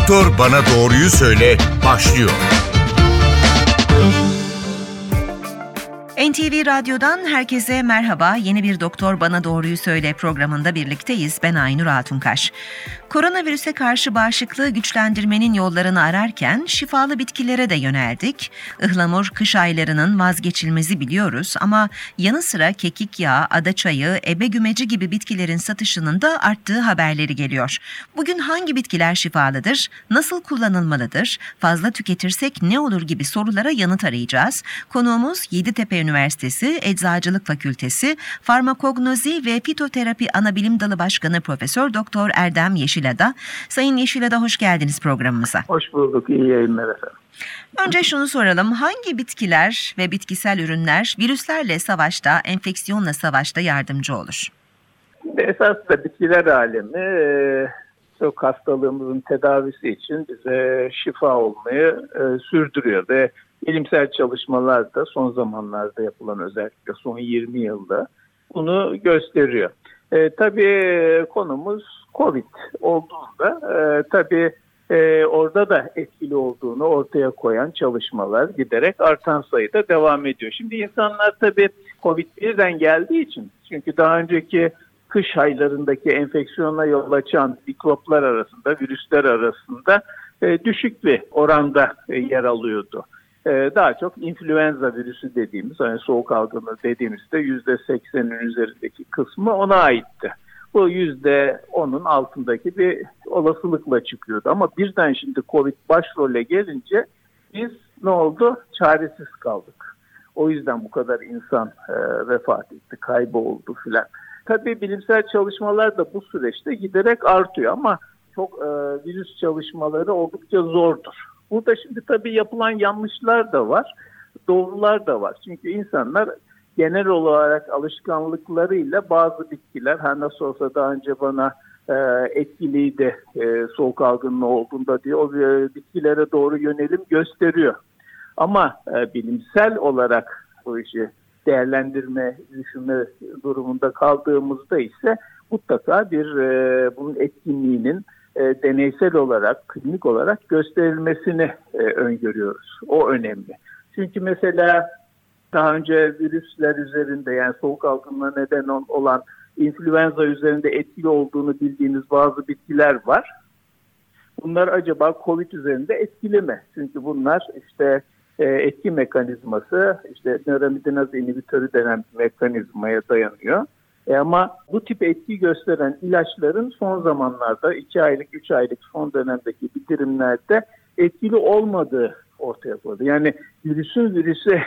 Doktor Bana Doğruyu Söyle başlıyor. NTV Radyo'dan herkese merhaba. Yeni bir Doktor Bana Doğruyu Söyle programında birlikteyiz. Ben Aynur Altunkaş. Koronavirüse karşı bağışıklığı güçlendirmenin yollarını ararken şifalı bitkilere de yöneldik. Ihlamur kış aylarının vazgeçilmezi biliyoruz ama yanı sıra kekik yağı, adaçayı, ebegümeci gibi bitkilerin satışının da arttığı haberleri geliyor. Bugün hangi bitkiler şifalıdır, nasıl kullanılmalıdır, fazla tüketirsek ne olur gibi sorulara yanıt arayacağız. Konuğumuz Yeditepe Üniversitesi Eczacılık Fakültesi Farmakognozi ve Fitoterapi Anabilim Dalı Başkanı Profesör Doktor Erdem Yeşilada. Sayın Yeşilada, hoş geldiniz programımıza. Hoş bulduk, iyi yayınlar efendim. Önce şunu soralım, hangi bitkiler ve bitkisel ürünler virüslerle savaşta, enfeksiyonla savaşta yardımcı olur? Esas da bitkiler alemi çok hastalığımızın tedavisi için bize şifa olmayı sürdürüyor ve bilimsel çalışmalar da son zamanlarda yapılan, özellikle son 20 yılda bunu gösteriyor. Tabii konumuz COVID olduğunda tabii orada da etkili olduğunu ortaya koyan çalışmalar giderek artan sayıda devam ediyor. Şimdi insanlar tabii COVID birden geldiği için, çünkü daha önceki kış aylarındaki enfeksiyona yol açan mikroplar arasında, virüsler arasında düşük bir oranda yer alıyordu. Daha çok influenza virüsü dediğimiz, hani soğuk algını dediğimizde %80'in üzerindeki kısmı ona aitti. Bu %10'un altındaki bir olasılıkla çıkıyordu. Ama birden şimdi Covid başrole gelince biz ne oldu? Çaresiz kaldık. O yüzden bu kadar insan vefat etti, kaybı oldu filan. Tabii bilimsel çalışmalar da bu süreçte giderek artıyor ama çok virüs çalışmaları oldukça zordur. Burada şimdi tabii yapılan yanlışlar da var, doğrular da var. Çünkü insanlar genel olarak alışkanlıklarıyla bazı bitkiler, her nasıl olsa daha önce bana etkiliydi soğuk algınlığı olduğunda diye, o bitkilere doğru yönelim gösteriyor. Ama bilimsel olarak bu işi değerlendirme, düşünme durumunda kaldığımızda ise mutlaka bunun etkinliğinin deneysel olarak, klinik olarak gösterilmesini öngörüyoruz. O önemli. Çünkü mesela daha önce virüsler üzerinde, yani soğuk algınlığına neden olan influenza üzerinde etkili olduğunu bildiğimiz bazı bitkiler var. Bunlar acaba COVID üzerinde etkili mi? Çünkü bunlar işte etki mekanizması, işte neuraminidinaz inhibitörü denen bir mekanizmaya dayanıyor. Ama bu tip etki gösteren ilaçların son zamanlarda 2 aylık, 3 aylık son dönemdeki bitirimlerde etkili olmadığı ortaya koydu. Yani virüse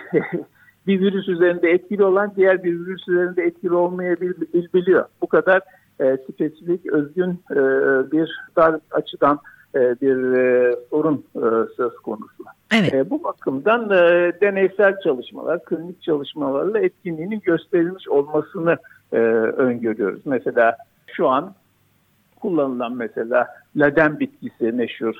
bir virüs üzerinde etkili olan diğer bir virüs üzerinde etkili olmayabiliyor. Bu kadar spesifik, özgün bir dar açıdan bir sorun söz konusu. Evet. Bu bakımdan deneysel çalışmalar, klinik çalışmalarla etkinliğinin gösterilmiş olmasını öngörüyoruz. Mesela şu an kullanılan mesela laden bitkisi, meşhur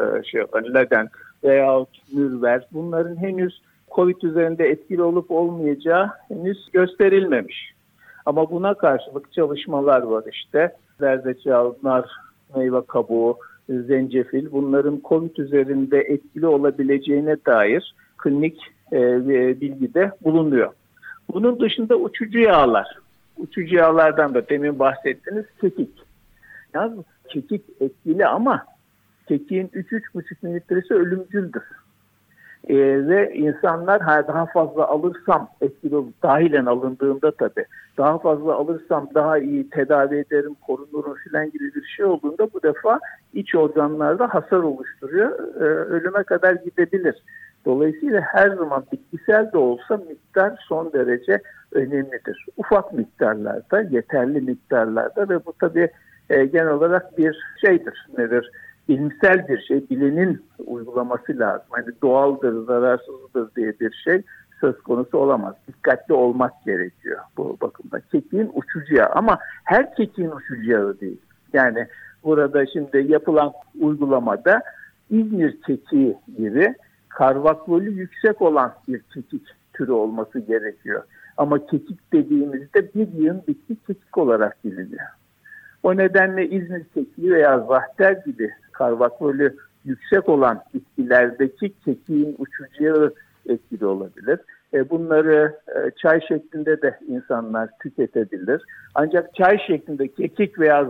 laden veyahut mürver, bunların henüz COVID üzerinde etkili olup olmayacağı henüz gösterilmemiş. Ama buna karşılık çalışmalar var işte. Zerdeçal, nar, meyve kabuğu, zencefil, bunların COVID üzerinde etkili olabileceğine dair klinik bilgi de bulunuyor. Bunun dışında uçucu yağlar. Uçucu yağlardan da demin bahsettiğiniz kekik. Yani kekik etkili ama kekiğin 3-3,5 mililitresi ölümcüldür. Ve insanlar daha fazla alırsam etkili olur, dahilen alındığında tabii, daha fazla alırsam daha iyi tedavi ederim, korunurum filan gibi bir şey olduğunda bu defa iç organlarda hasar oluşturuyor, ölüme kadar gidebilir. Dolayısıyla her zaman bitkisel de olsa miktar son derece önemlidir. Ufak miktarlarda, yeterli miktarlarda ve bu tabii genel olarak bir şeydir, bilimsel bir şey, bilenin uygulaması lazım. Hani doğaldır, zararsızdır diye bir şey söz konusu olamaz. Dikkatli olmak gerekiyor bu bakımda. Kekiğin uçucu yağı ama her kekiğin uçucu yağı değil. Yani burada şimdi yapılan uygulamada İzmir kekiği gibi karvaklolü yüksek olan bir kekik türü olması gerekiyor. Ama kekik dediğimizde bir yığın bitki kekik olarak biliniyor. O nedenle İzmir kekiği veya zahter gibi karvaklolü yüksek olan bitkilerdeki kekiğin uçucu yağı etkili olabilir. Bunları çay şeklinde de insanlar tüketebilir. Ancak çay şeklinde kekik veya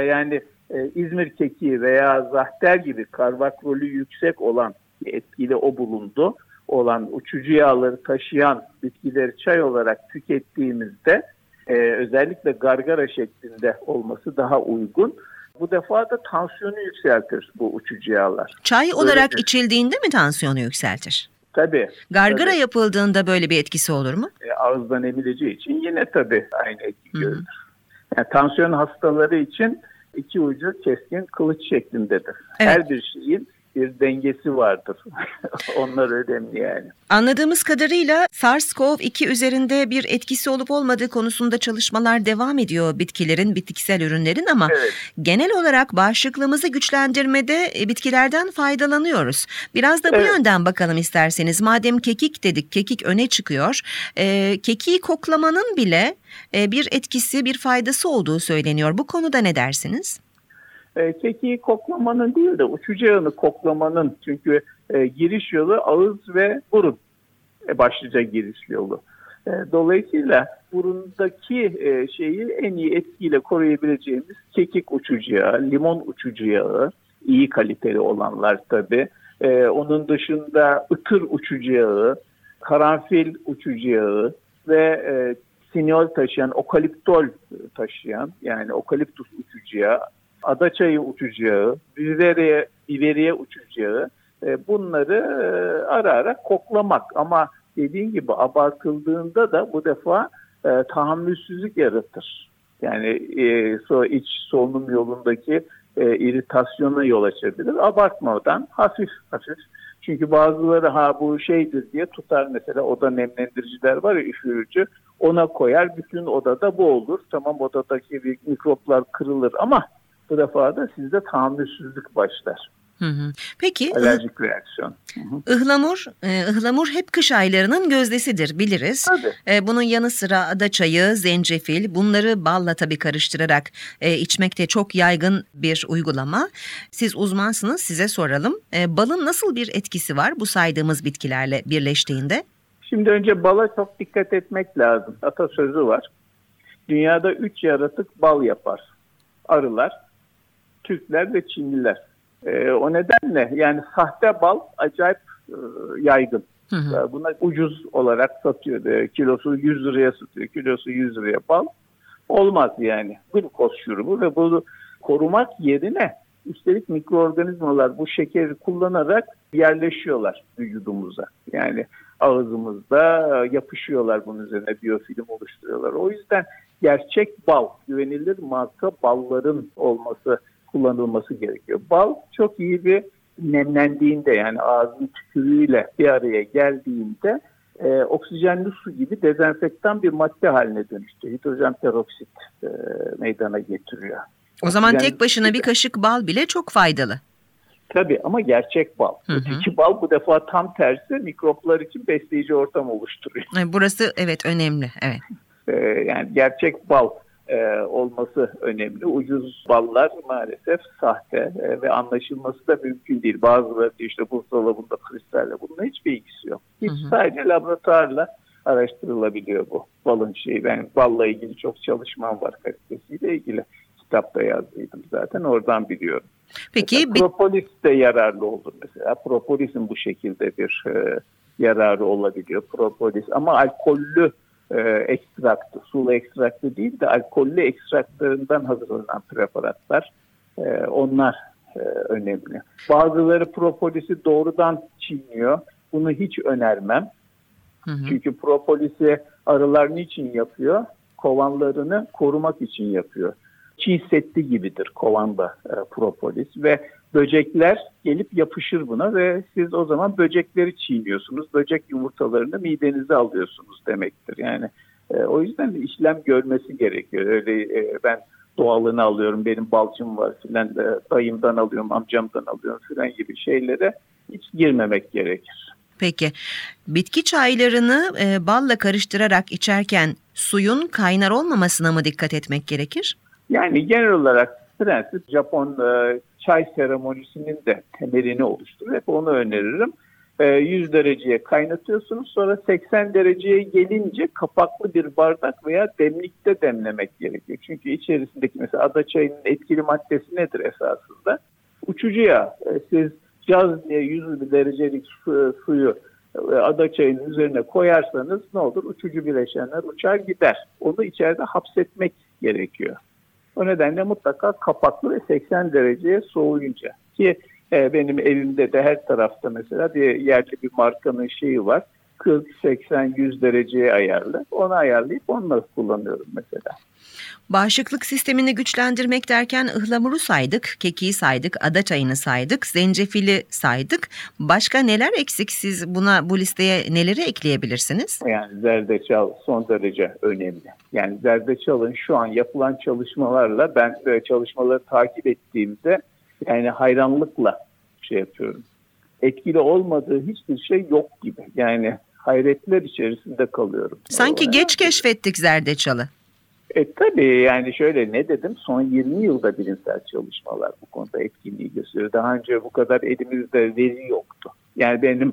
İzmir kekiği veya zahter gibi karbonhidratı yüksek olan, etkili o bulundu olan uçucu yağları taşıyan bitkileri çay olarak tükettiğimizde özellikle gargara şeklinde olması daha uygun. Bu defa da tansiyonu yükseltir bu uçucu yağlar. Çay olarak içildiğinde mi tansiyonu yükseltir? Tabii. Gargara yapıldığında böyle bir etkisi olur mu? Ağızdan emileceği için yine tabii aynı etki görülür. Yani tansiyon hastaları için iki ucu keskin kılıç şeklindedir. Evet. Her bir şeyin bir dengesi vardır. Onlar önemli yani. Anladığımız kadarıyla SARS-CoV-2 üzerinde bir etkisi olup olmadığı konusunda çalışmalar devam ediyor bitkilerin, bitkisel ürünlerin ama Evet. genel olarak bağışıklığımızı güçlendirmede bitkilerden faydalanıyoruz. Biraz da bu Evet. yönden bakalım isterseniz. Madem kekik dedik, kekik öne çıkıyor. Kekiği koklamanın bile bir etkisi, bir faydası olduğu söyleniyor. Bu konuda ne dersiniz? Kekiği koklamanın değil de uçucu yağını koklamanın, çünkü giriş yolu ağız ve burun, başlıca giriş yolu. Dolayısıyla burundaki şeyi en iyi etkiyle koruyabileceğimiz kekik uçucu yağı, limon uçucu yağı, iyi kaliteli olanlar tabii. Onun dışında ıtır uçucu yağı, karanfil uçucu yağı ve sinol taşıyan, okaliptol taşıyan, yani okaliptus uçucu yağı, adaçayı uçucu yağı, biberiye uçucu yağı, bunları ara ara koklamak. Ama dediğim gibi abartıldığında da bu defa tahammülsüzlük yaratır. Yani iç solunum yolundaki iritasyona yol açabilir. Abartmadan hafif hafif. Çünkü bazıları bu şeydir diye tutar, mesela oda nemlendiriciler var ya, üfürücü, ona koyar, bütün odada bu olur. Tamam, odadaki mikroplar kırılır ama bu defa da sizde tahammülsüzlük başlar. Peki, alerjik reaksiyon. ıhlamur hep kış aylarının gözdesidir, biliriz. Tabii. Bunun yanı sıra adaçayı, zencefil, bunları balla tabii karıştırarak içmek de çok yaygın bir uygulama. Siz uzmansınız, size soralım. Balın nasıl bir etkisi var bu saydığımız bitkilerle birleştiğinde? Şimdi önce bala çok dikkat etmek lazım. Atasözü var. Dünyada 3 yaratık bal yapar. Arılar, Türkler ve Çinliler. O nedenle yani sahte bal acayip yaygın. Buna ucuz olarak satıyor. Kilosu 100 liraya satıyor. Kilosu 100 liraya bal. Olmaz yani. Glukoz şurubu ve bunu korumak yerine üstelik mikroorganizmalar bu şekeri kullanarak yerleşiyorlar vücudumuza. Yani ağzımızda yapışıyorlar, bunun üzerine biyofilm oluşturuyorlar. O yüzden gerçek bal, güvenilir marka balların kullanılması gerekiyor. Bal çok iyi bir nemlendiğinde, yani ağzın tükürüğüyle bir araya geldiğinde oksijenli su gibi dezenfektan bir madde haline dönüştü. Hidrojen peroksit meydana getiriyor. O zaman Oksijenli tek başına bir kaşık bal bile çok faydalı. Tabii, ama gerçek bal. Öteki bal bu defa tam tersi, mikroplar için besleyici ortam oluşturuyor. Burası evet önemli. Evet. Yani gerçek bal olması önemli. Ucuz ballar maalesef sahte ve anlaşılması da mümkün değil. Bazıları işte buzdolabında kristalle, bununla hiçbir ilgisi yok. Sadece laboratuvarla araştırılabiliyor bu balın şeyi. Ben balla ilgili çok çalışmam var, kalitesiyle ilgili. Kitapta yazdıydım zaten, oradan biliyorum. Peki propolis de yararlı olur mesela. Propolisin bu şekilde bir yararı olabiliyor. Propolis ama alkollü ekstraktı, sulu ekstraktı değil de alkollü ekstraklarından hazırlanan preparatlar, onlar önemli. Bazıları propolisi doğrudan çiğniyor. Bunu hiç önermem. Çünkü propolisi arılar niçin yapıyor? Kovanlarını korumak için yapıyor. Çin Seddi gibidir kovanda propolis ve böcekler gelip yapışır buna ve siz o zaman böcekleri çiğniyorsunuz. Böcek yumurtalarını midenize alıyorsunuz demektir. Yani o yüzden de işlem görmesi gerekiyor. Öyle ben doğalını alıyorum, benim balcım var filan, dayımdan alıyorum, amcamdan alıyorum filan gibi şeylere hiç girmemek gerekir. Peki, bitki çaylarını balla karıştırarak içerken suyun kaynar olmamasına mı dikkat etmek gerekir? Yani genel olarak prensip Japon çay seremonisinin de temelini oluşturur. Hep onu öneririm. 100 dereceye kaynatıyorsunuz. Sonra 80 dereceye gelince kapaklı bir bardak veya demlikte demlemek gerekiyor. Çünkü içerisindeki mesela ada çayının etkili maddesi nedir esasında? Uçucu yağ. Siz caz diye 100 derecelik suyu ada çayının üzerine koyarsanız ne olur? Uçucu bileşenler uçar gider. Onu içeride hapsetmek gerekiyor. O nedenle mutlaka kapaklı ve 80 dereceye soğuyunca ki benim evimde de her tarafta mesela bir yerli bir markanın şeyi var. 40, 80, 100 dereceye ayarlı. Onu ayarlayıp onunla kullanıyorum mesela. Bağışıklık sistemini güçlendirmek derken ıhlamuru saydık, kekiği saydık, ada çayını saydık, zencefili saydık. Başka neler eksik? Siz bu listeye neleri ekleyebilirsiniz? Yani zerdeçal son derece önemli. Yani zerdeçalın şu an yapılan çalışmalarla ben çalışmaları takip ettiğimde yani hayranlıkla şey yapıyorum. Etkili olmadığı hiçbir şey yok gibi. Yani hayretler içerisinde kalıyorum. Sanki geç keşfettik zerdeçalı. Tabii yani şöyle ne dedim? Son 20 yılda bilimsel çalışmalar bu konuda etkinliği gösteriyor. Daha önce bu kadar elimizde veri yoktu. Yani benim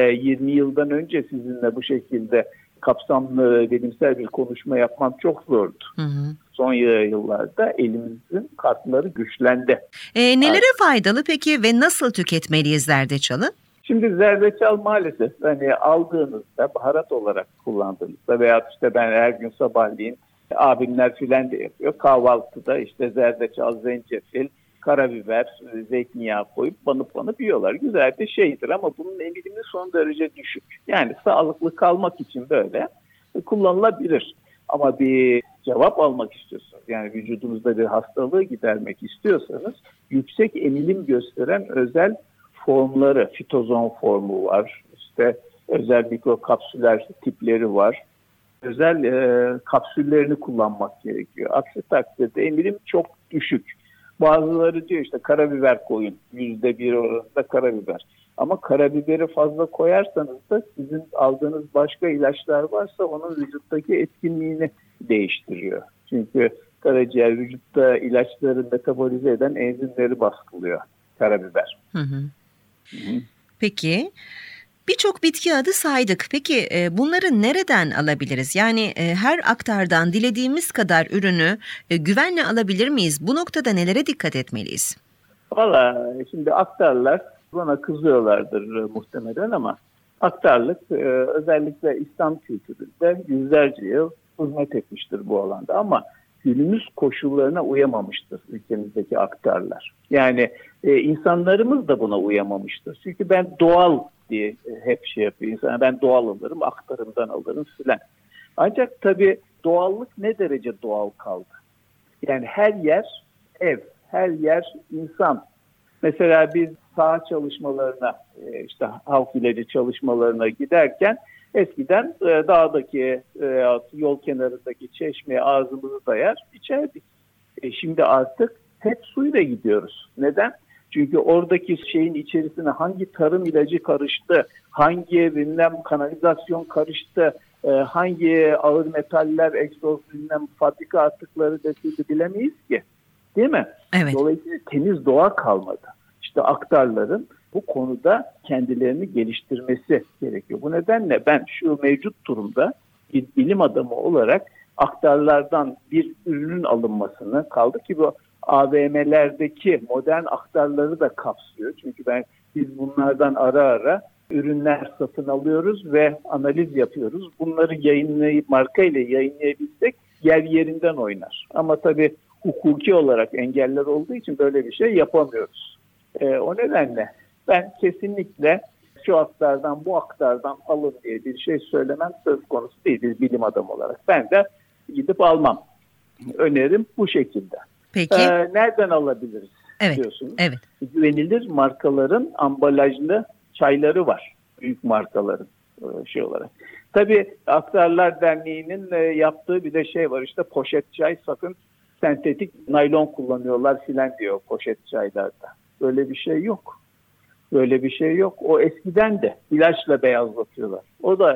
20 yıldan önce sizinle bu şekilde kapsamlı bilimsel bir konuşma yapmam çok zordu. Hı hı. Son yıllarda elimizin kartları güçlendi. Nelere faydalı peki ve nasıl tüketmeliyiz zerdeçalı? Şimdi zerdeçal maalesef hani aldığınızda baharat olarak kullandığınızda veya işte ben her gün sabahleyin abimler filan da yapıyor. Kahvaltıda işte zerdeçal, zencefil, karabiber, zeytinyağı koyup banıp yiyorlar. Güzel bir şeydir ama bunun emilimi son derece düşük. Yani sağlıklı kalmak için böyle kullanılabilir. Ama bir cevap almak istiyorsanız, yani vücudunuzda bir hastalığı gidermek istiyorsanız yüksek emilim gösteren özel formları, fitozon formu var, işte özel mikrokapsüler tipleri var. Özel kapsüllerini kullanmak gerekiyor. Aksi takdirde emilim çok düşük. Bazıları diyor işte karabiber koyun. %1 oranında karabiber. Ama karabiberi fazla koyarsanız da sizin aldığınız başka ilaçlar varsa onun vücuttaki etkinliğini değiştiriyor. Çünkü karaciğer vücutta ilaçları metabolize eden enzimleri baskılıyor karabiber. Hı hı. Hı. Peki birçok bitki adı saydık. Peki bunları nereden alabiliriz? Yani her aktardan dilediğimiz kadar ürünü güvenle alabilir miyiz? Bu noktada nelere dikkat etmeliyiz? Valla şimdi aktarlar bana kızıyorlardır muhtemelen ama aktarlık özellikle İslam kültüründe yüzlerce yıl hizmet etmiştir bu alanda ama günümüz koşullarına uyamamıştır ülkemizdeki aktarlar. Yani insanlarımız da buna uyamamıştır. Çünkü ben doğal diye hep şey yapıyor insan. Ben doğal alırım, aktarımdan alırım filan. Ancak tabii doğallık ne derece doğal kaldı? Yani her yer ev, her yer insan. Mesela biz saha çalışmalarına, işte halk ilacı çalışmalarına giderken eskiden dağdaki yol kenarındaki çeşmeye ağzımızı dayar içerdik. Şimdi artık hep suyla gidiyoruz. Neden? Çünkü oradaki şeyin içerisine hangi tarım ilacı karıştı, hangi bilmem kanalizasyon karıştı, hangi ağır metaller, egzoz bilmem fabrika atıkları döküldü bilemeyiz ki. Değil mi? Evet. Dolayısıyla temiz doğa kalmadı. İşte aktarların bu konuda kendilerini geliştirmesi gerekiyor. Bu nedenle ben şu mevcut durumda bir bilim adamı olarak aktarlardan bir ürünün alınmasını, kaldı ki bu AVM'lerdeki modern aktarları da kapsıyor. Çünkü biz bunlardan ara ara ürünler satın alıyoruz ve analiz yapıyoruz. Bunları yayınlayıp marka ile yayınlayabilsek yer yerinden oynar. Ama tabii hukuki olarak engeller olduğu için böyle bir şey yapamıyoruz. O nedenle ben kesinlikle şu aktardan bu aktardan alın diye bir şey söylemem söz konusu değil bir bilim adamı olarak. Ben de gidip almam. Önerim bu şekilde. Peki. Nereden alabiliriz diyorsunuz? Evet. Güvenilir markaların ambalajlı çayları var. Büyük markaların şey olarak. Tabii Aktarlar Derneği'nin yaptığı bir de şey var işte poşet çay sakın sentetik naylon kullanıyorlar filan diyor poşet çaylarda. Böyle bir şey yok. Böyle bir şey yok. O eskiden de ilaçla beyazlatıyorlar. O da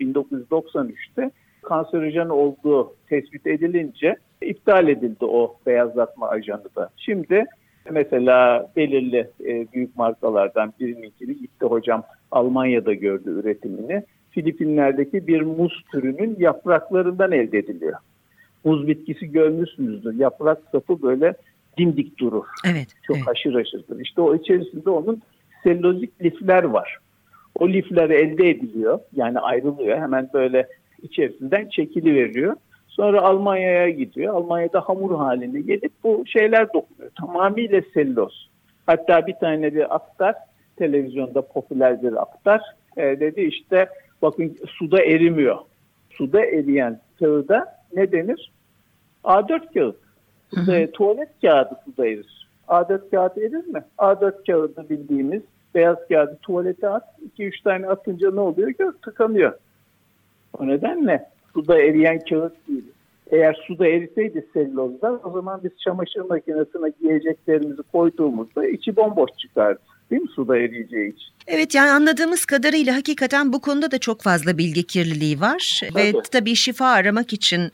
1993'te kanserojen olduğu tespit edilince iptal edildi o beyazlatma ajanı da. Şimdi Mesela belirli büyük markalardan birininkini gitti hocam Almanya'da gördü üretimini. Filipinler'deki bir muz türünün yapraklarından elde ediliyor. Muz bitkisi görmüşsünüzdür. Yaprak sapı böyle dimdik durur. Evet. Çok haşır haşırdır. İşte o içerisinde onun selülozik lifler var. O lifler elde ediliyor. Yani ayrılıyor. Hemen böyle içerisinden çekiliveriyor. Sonra Almanya'ya gidiyor. Almanya'da hamur halinde gelip bu şeyler dokunuyor. Tamamıyla selüloz. Hatta bir tane bir aktar, televizyonda popüler bir aktar dedi işte bakın suda erimiyor. Suda eriyen kağıda ne denir? A4 kağıt. Tuvalet kağıdı suda erir. A4 kağıt erir mi? A4 kağıdı bildiğimiz beyaz kağıdı tuvalete at. 2-3 tane atınca ne oluyor? Tıkanıyor. O nedenle suda eriyen kağıt değil. Eğer suda eriseydi selülozlar o zaman biz çamaşır makinesine giyeceklerimizi koyduğumuzda içi bomboş çıkardı. Değil mi suda eriyeceği için? Evet, yani anladığımız kadarıyla hakikaten bu konuda da çok fazla bilgi kirliliği var. Tabii. Ve tabii şifa aramak için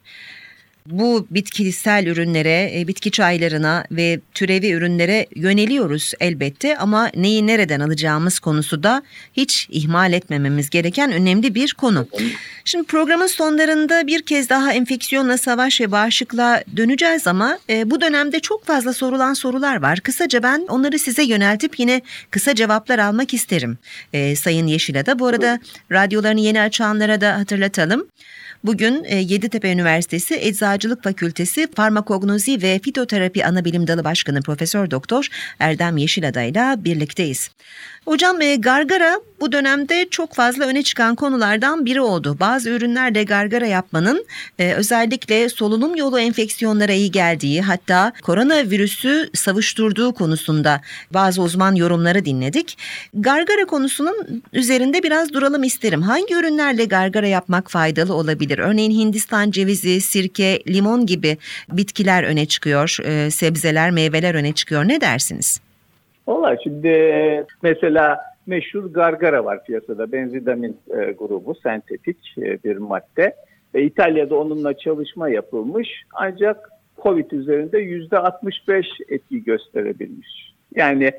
bu bitkisel ürünlere, bitki çaylarına ve türevi ürünlere yöneliyoruz elbette ama neyi nereden alacağımız konusu da hiç ihmal etmememiz gereken önemli bir konu. Şimdi programın sonlarında bir kez daha enfeksiyonla savaş ve bağışıklığa döneceğiz ama bu dönemde çok fazla sorulan sorular var. Kısaca ben onları size yöneltip yine kısa cevaplar almak isterim Sayın Yeşilada. Bu arada radyolarını yeni açanlara da hatırlatalım. Bugün Yeditepe Üniversitesi Eczacılık Fakültesi Farmakognozi ve Fitoterapi Anabilim Dalı Başkanı Profesör Doktor Erdem Yeşilada ile birlikteyiz. Hocam gargara bu dönemde çok fazla öne çıkan konulardan biri oldu. Bazı ürünlerle gargara yapmanın özellikle solunum yolu enfeksiyonlara iyi geldiği, hatta koronavirüsü savuşturduğu konusunda bazı uzman yorumları dinledik. Gargara konusunun üzerinde biraz duralım isterim. Hangi ürünlerle gargara yapmak faydalı olabilir? Örneğin Hindistan cevizi, sirke, limon gibi bitkiler öne çıkıyor, sebzeler, meyveler öne çıkıyor. Ne dersiniz? Valla şimdi mesela meşhur gargara var piyasada. Benzidamin grubu, sentetik bir madde. İtalya'da onunla çalışma yapılmış. Ancak COVID üzerinde %65 etki gösterebilmiş. Yani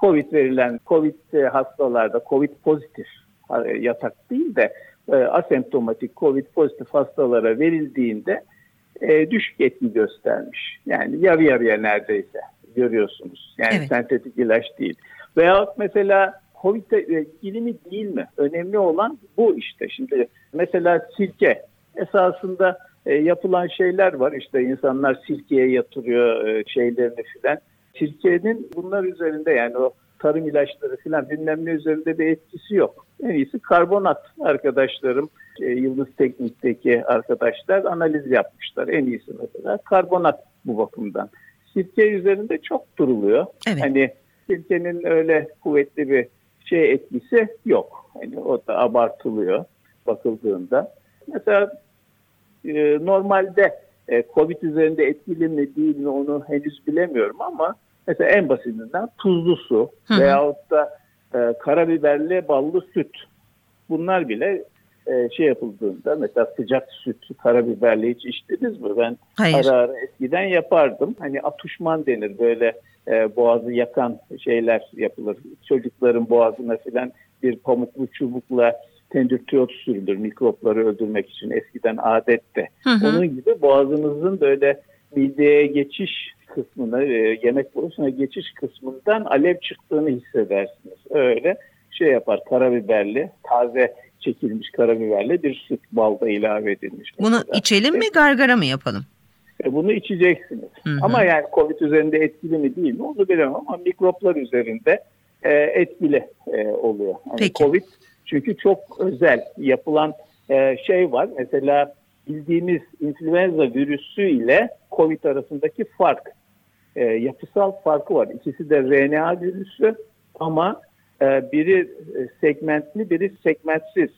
COVID hastalarda, COVID pozitif yatak değil de asemptomatik COVID pozitif hastalara verildiğinde düşük etki göstermiş. Yani yarı yarıya neredeyse. Görüyorsunuz. Yani evet. Sentetik ilaç değil. Veyahut mesela COVID'e etkili mi değil mi? Önemli olan bu işte. Şimdi mesela sirke esasında yapılan şeyler var. İşte insanlar sirkeye yatırıyor şeylerini filan. Sirkenin bunlar üzerinde yani o tarım ilaçları filan bilmem ne üzerinde bir etkisi yok. En iyisi karbonat. Arkadaşlarım Yıldız Teknik'teki arkadaşlar analiz yapmışlar. En iyisi mesela karbonat bu bakımdan. Sirke üzerinde çok duruluyor. Evet. Hani sirkenin öyle kuvvetli bir etkisi yok. Hani o da abartılıyor bakıldığında. Mesela normalde COVID üzerinde etkili mi değil mi onu henüz bilemiyorum ama mesela en basitinden tuzlu su veyahut da karabiberli ballı süt. Bunlar bile yapıldığında mesela sıcak süt, karabiberli hiç içtiniz mi? Ben ara ara eskiden yapardım. Hani atuşman denir böyle boğazı yakan şeyler yapılır. Çocukların boğazına filan bir pamuklu çubukla tendürtiyot sürülür mikropları öldürmek için eskiden adette. Onun gibi boğazınızın böyle mideye geçiş kısmına, yemek borusuna geçiş kısmından alev çıktığını hissedersiniz. Öyle yapar karabiberli, taze çekilmiş karabiberle bir süt balda ilave edilmiş. Bunu içelim mi, gargara mı yapalım? Bunu içeceksiniz. Ama yani COVID üzerinde etkili mi değil mi onu bilemem ama mikroplar üzerinde etkili oluyor. Yani COVID çünkü çok özel yapılan var. Mesela bildiğimiz influenza virüsü ile COVID arasındaki fark. Yapısal farkı var. İkisi de RNA virüsü ama biri segmentli, biri segmentsiz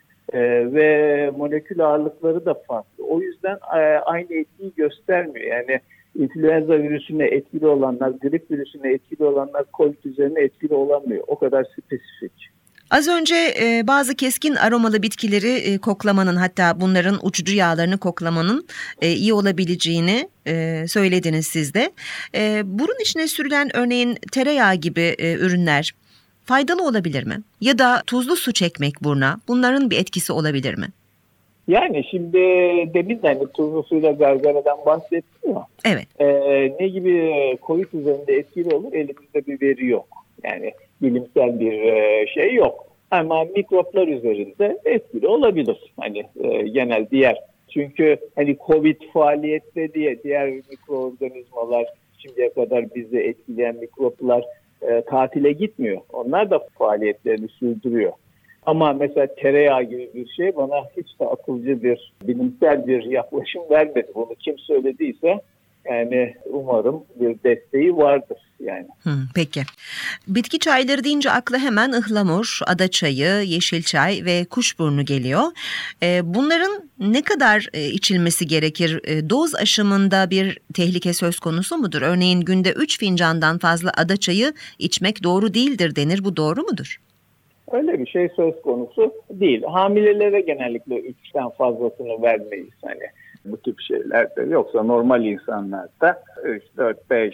ve molekül ağırlıkları da farklı. O yüzden aynı etkiyi göstermiyor. Yani influenza virüsüne etkili olanlar, grip virüsüne etkili olanlar COVID üzerine etkili olamıyor. O kadar spesifik. Az önce bazı keskin aromalı bitkileri koklamanın, hatta bunların uçucu yağlarını koklamanın iyi olabileceğini söylediniz siz de. Burun içine sürülen örneğin tereyağı gibi ürünler faydalı olabilir mi? Ya da tuzlu su çekmek buruna, bunların bir etkisi olabilir mi? Yani şimdi demin de hani tuzlu suyla gargaradan bahsettim ya. Evet. Ne gibi COVID üzerinde etkili olur, elimizde bir veri yok. Yani bilimsel bir şey yok. Ama mikroplar üzerinde etkili olabilir. Hani genel diğer. Çünkü hani COVID faaliyette diye diğer mikroorganizmalar, şimdiye kadar bizi etkileyen mikroplar tatile gitmiyor. Onlar da faaliyetlerini sürdürüyor. Ama mesela tereyağı gibi bir şey bana hiç de akılcı bir, bilimsel bir yaklaşım vermedi. Bunu kim söylediyse yani umarım bir desteği vardır yani. Peki. Bitki çayları deyince akla hemen ıhlamur, ada çayı, yeşil çay ve kuşburnu geliyor. Bunların ne kadar içilmesi gerekir? Doz aşımında bir tehlike söz konusu mudur? Örneğin günde 3 fincandan fazla ada çayı içmek doğru değildir denir. Bu doğru mudur? Öyle bir şey söz konusu değil. Hamilelere genellikle 3'ten fazlasını vermeyiz hani bu tip şeylerde. Yoksa normal insanlarda 3, 4, 5,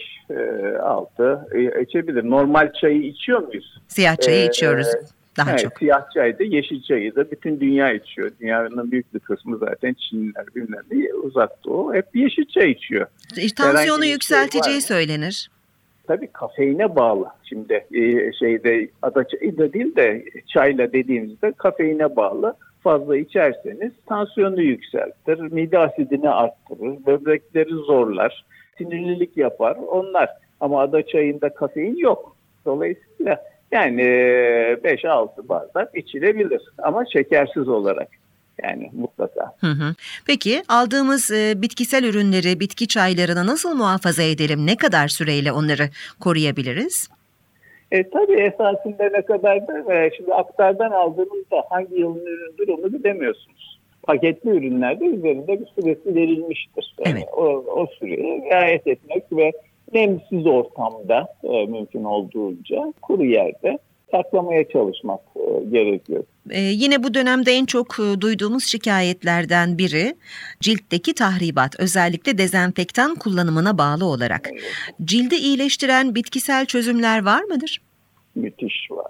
6 içebilir. Normal çayı içiyor muyuz? Siyah çayı içiyoruz daha evet, çok. Siyah çayı da, yeşil çayı da bütün dünya içiyor. Dünyanın büyük bir kısmı zaten Çinliler, bilmem ne, Uzak Doğu hep yeşil çay içiyor. Tansiyonu yükselteceği söylenir. Tabii kafeine bağlı. Şimdi ada çayı da değil de çayla dediğimizde kafeine bağlı. Fazla içerseniz tansiyonu yükseltir, mide asidini arttırır, böbrekleri zorlar, sinirlilik yapar onlar. Ama ada çayında kafein yok. Dolayısıyla yani 5-6 bardak içilebilir ama şekersiz olarak. Yani mutlaka. Peki aldığımız bitkisel ürünleri, bitki çaylarını nasıl muhafaza edelim? Ne kadar süreyle onları koruyabiliriz? Tabii esasında ne kadar da şimdi aktardan aldığınızda hangi yılın üründür onu bilemiyorsunuz. Paketli ürünlerde üzerinde bir süresi verilmiştir. Yani evet. o süreyi riayet etmek ve nemsiz ortamda mümkün olduğunca kuru yerde saklamaya çalışmak gerekiyor. Yine bu dönemde en çok duyduğumuz şikayetlerden biri ciltteki tahribat, özellikle dezenfektan kullanımına bağlı olarak. Evet. Cildi iyileştiren bitkisel çözümler var mıdır? Müthiş var.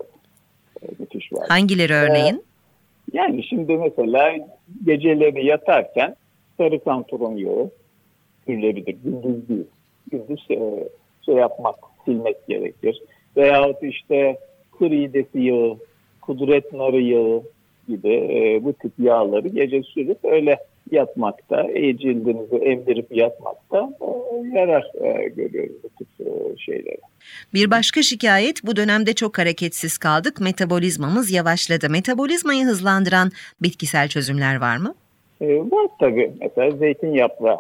Müthiş var. Hangileri örneğin? Yani şimdi mesela geceleri yatarken sarı kantaron yağı sürülebilir. Gündüz değil. Gündüz yapmak, silmek gerekir. Veyahut işte kır iğdesi yağı, kudret narı yağı gibi bu tip yağları gece sürüp öyle yatmakta, cildinizi emdirip yatmakta yarar görüyoruz bu tip şeyleri. Bir başka şikayet, bu dönemde çok hareketsiz kaldık, metabolizmamız yavaşladı. Metabolizmayı hızlandıran bitkisel çözümler var mı? Var tabii. Mesela zeytin yaprağı.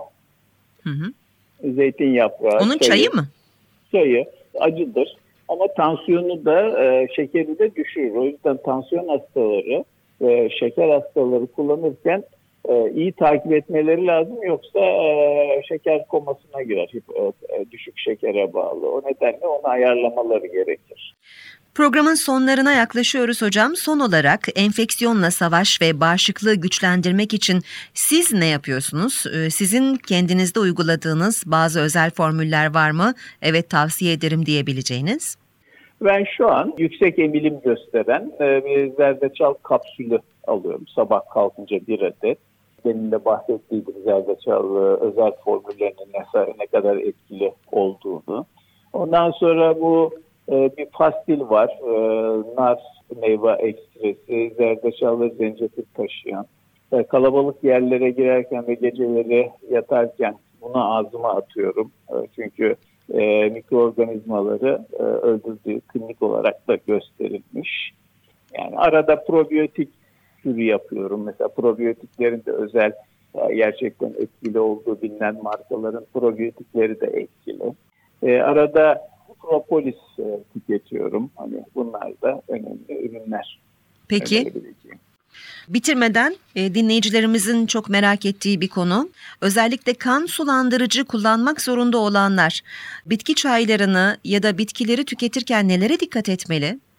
Zeytin yaprağı. Onun çayı mı? Çayı acıdır. Ama tansiyonu da şekeri de düşürür. O yüzden tansiyon hastaları ve şeker hastaları kullanırken iyi takip etmeleri lazım. Yoksa şeker komasına girer. Düşük şekere bağlı. O nedenle onu ayarlamaları gerekir. Programın sonlarına yaklaşıyoruz hocam. Son olarak enfeksiyonla savaş ve bağışıklığı güçlendirmek için siz ne yapıyorsunuz? Sizin kendinizde uyguladığınız bazı özel formüller var mı? Evet, tavsiye ederim diyebileceğiniz. Ben şu an yüksek emilim gösteren bir zerdeçal kapsülü alıyorum. Sabah kalkınca bir adet. Benim de bahsettiğim zerdeçal özel formüllerinin ne kadar etkili olduğunu. Ondan sonra bu bir pastil var. Nar meyve ekstresi, zerdeçal ve zencefil taşıyan. Kalabalık yerlere girerken ve geceleri yatarken bunu ağzıma atıyorum. Çünkü mikroorganizmaları öldürdüğü klinik olarak da gösterilmiş. Yani arada probiyotik sürü yapıyorum. Mesela probiyotiklerin de özel gerçekten etkili olduğu bilinen markaların probiyotikleri de etkili. Arada propolis tüketiyorum. Hani bunlar da önemli ürünler. Peki. Bitirmeden dinleyicilerimizin çok merak ettiği bir konu. Özellikle kan sulandırıcı kullanmak zorunda olanlar bitki çaylarını ya da bitkileri tüketirken nelere dikkat etmeli?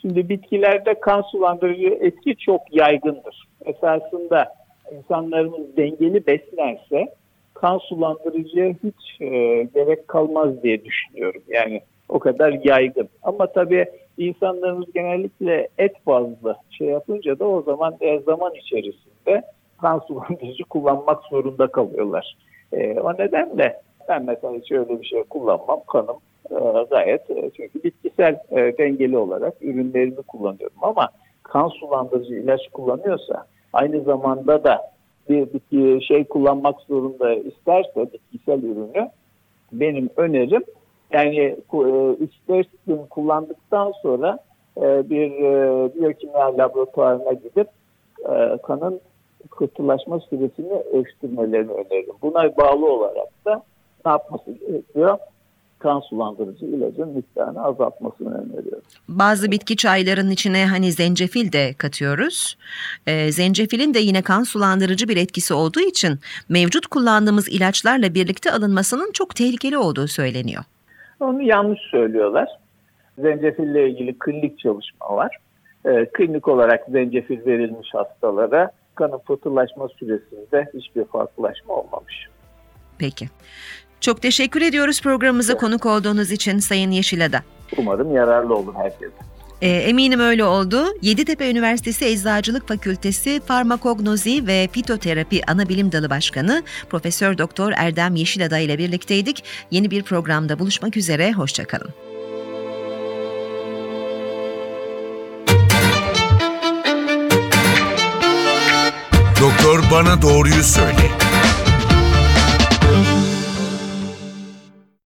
Şimdi bitkilerde kan sulandırıcı etki çok yaygındır. Esasında insanlarımız dengeli beslense kan sulandırıcıya hiç gerek kalmaz diye düşünüyorum. Yani o kadar yaygın. Ama tabii insanlarımız genellikle et bazlı yapınca da o zaman içerisinde kan sulandırıcı kullanmak zorunda kalıyorlar. O nedenle ben mesela hiç öyle bir şey kullanmam. Kanım gayet çünkü bitkisel dengeli olarak ürünlerimi kullanıyorum. Ama kan sulandırıcı ilaç kullanıyorsa aynı zamanda da bir bitki kullanmak zorunda isterse bitkisel ürünü benim önerim yani 3-4 gün kullandıktan sonra bir biyokimya laboratuvarına gidip kanın kıhtılaşma süresini ölçtürmelerini öneririm. Buna bağlı olarak da ne yapması gerekiyor? Kan sulandırıcı ilacın miktarını azaltmasını öneriyorum. Bazı bitki çaylarının içine zencefil de katıyoruz. Zencefilin de yine kan sulandırıcı bir etkisi olduğu için mevcut kullandığımız ilaçlarla birlikte alınmasının çok tehlikeli olduğu söyleniyor. Onu yanlış söylüyorlar. Zencefille ilgili klinik çalışma var. Klinik olarak zencefil verilmiş hastalara kanın pıhtılaşma süresinde hiçbir farklılaşma olmamış. Peki. Çok teşekkür ediyoruz programımıza konuk olduğunuz için Sayın Yeşilada. Umarım yararlı olur herkese. Eminim öyle oldu. Yeditepe Üniversitesi Eczacılık Fakültesi Farmakognozi ve Fitoterapi Anabilim Dalı Başkanı Profesör Doktor Erdem Yeşilada ile birlikteydik. Yeni bir programda buluşmak üzere. Hoşça kalın. Doktor Bana Doğruyu Söyle.